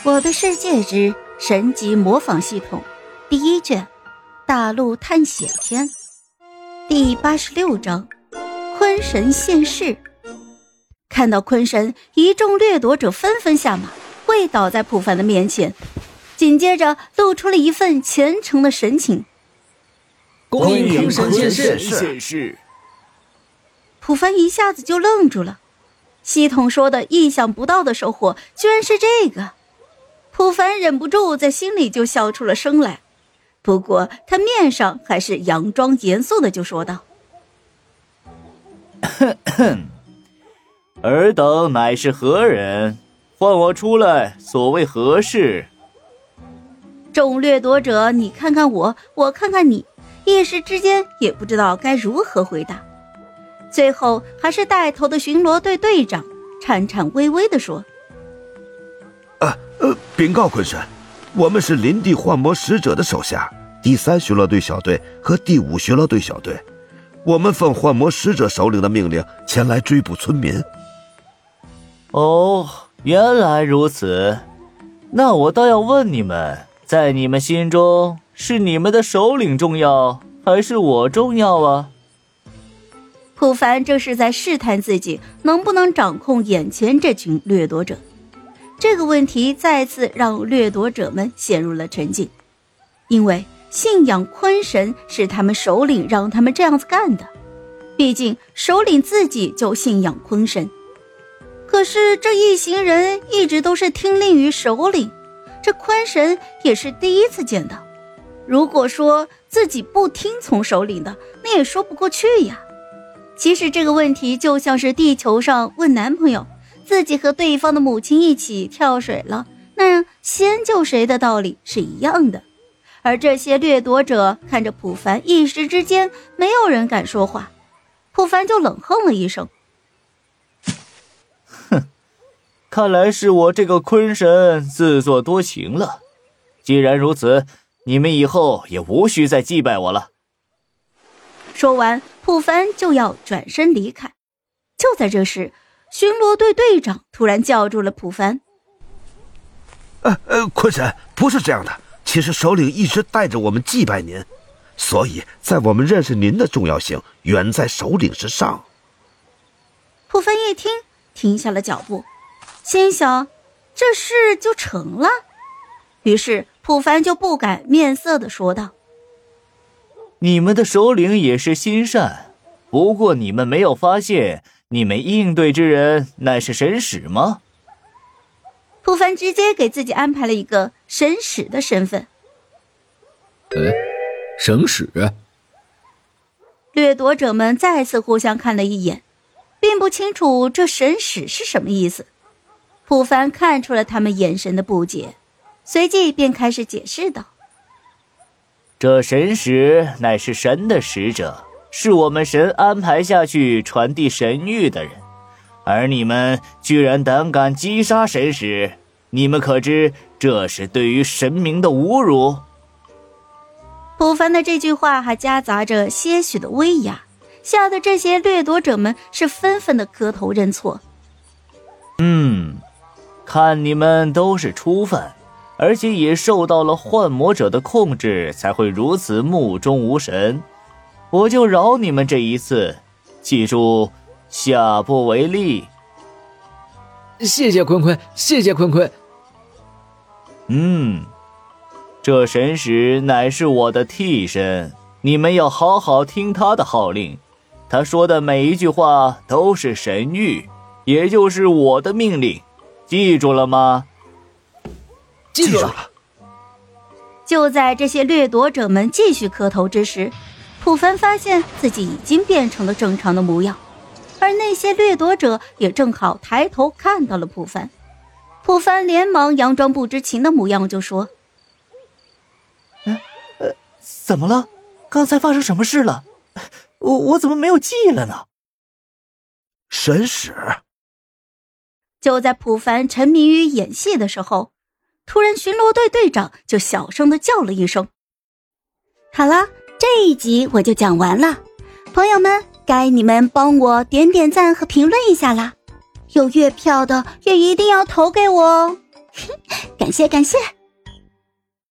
我的世界之神级模仿系统第一卷大陆探险篇第86章坤神现世。看到坤神，一众掠夺者纷纷下马，跪倒在普凡的面前，紧接着露出了一份虔诚的神情。 恭迎坤神现世。 普凡一下子就愣住了，系统说的意想不到的收获居然是这个。普凡忍不住在心里就笑出了声来，不过他面上还是佯装严肃的就说道： 尔等乃是何人？唤我出来，所谓何事？ 众掠夺者你看看我，我看看你，一时之间也不知道该如何回答。最后还是带头的巡逻队队长颤颤巍巍地说： 禀告坤神，我们是林地幻魔使者的手下第3巡逻队小队和第5巡逻队小队，我们奉幻魔使者首领的命令前来追捕村民。 哦，原来如此。那我倒要问你们，在你们心中，是你们的首领重要，还是我重要啊？ 普凡这是在试探自己能不能掌控眼前这群掠夺者。这个问题再次让掠夺者们陷入了沉静，因为信仰坤神是他们首领让他们这样子干的，毕竟首领自己就信仰坤神。可是这一行人一直都是听令于首领，这坤神也是第一次见到。如果说自己不听从首领的，那也说不过去呀。其实这个问题就像是地球上问男朋友自己和对方的母亲一起跳水了，那样先救谁的道理是一样的。而这些掠夺者看着普凡，一时之间没有人敢说话。普凡就冷哼了一声： 看来是我这个坤神自作多情了。既然如此，你们以后也无需再祭拜我了。 说完，普凡就要转身离开。就在这时，巡逻队队长突然叫住了普凡： 坤神，不是这样的，其实首领一直带着我们祭拜您，所以在我们认识您的重要性远在首领之上。 普凡一听，停下了脚步，心想这事就成了。于是普凡就不改面色地说道： 你们的首领也是心善，不过你们没有发现你们应对之人乃是神使吗？ 普凡直接给自己安排了一个神使的身份。 神使？ 掠夺者们再次互相看了一眼，并不清楚这神使是什么意思。普凡看出了他们眼神的不解，随即便开始解释道： 这神使乃是神的使者，是我们神安排下去传递神谕的人，而你们居然胆敢击杀神使，你们可知这是对于神明的侮辱？ 普凡的这句话还夹杂着些许的威压，吓得这些掠夺者们是纷纷的磕头认错。 看你们都是初犯，而且也受到了幻魔者的控制，才会如此目中无神。我就饶你们这一次，记住，下不为例。 谢谢坤坤，谢谢坤坤。 这神使乃是我的替身，你们要好好听他的号令。他说的每一句话都是神谕，也就是我的命令，记住了吗？ 记住了。 就在这些掠夺者们继续磕头之时，普凡发现自己已经变成了正常的模样，而那些掠夺者也正好抬头看到了普凡。普凡连忙佯装不知情的模样就说： 怎么了？刚才发生什么事了？我怎么没有记了呢？ 神使。 就在普凡沉迷于演戏的时候，突然巡逻队队长就小声地叫了一声：好了，这一集我就讲完了，朋友们，该你们帮我点点赞和评论一下啦，有月票的也一定要投给我哦。感感谢。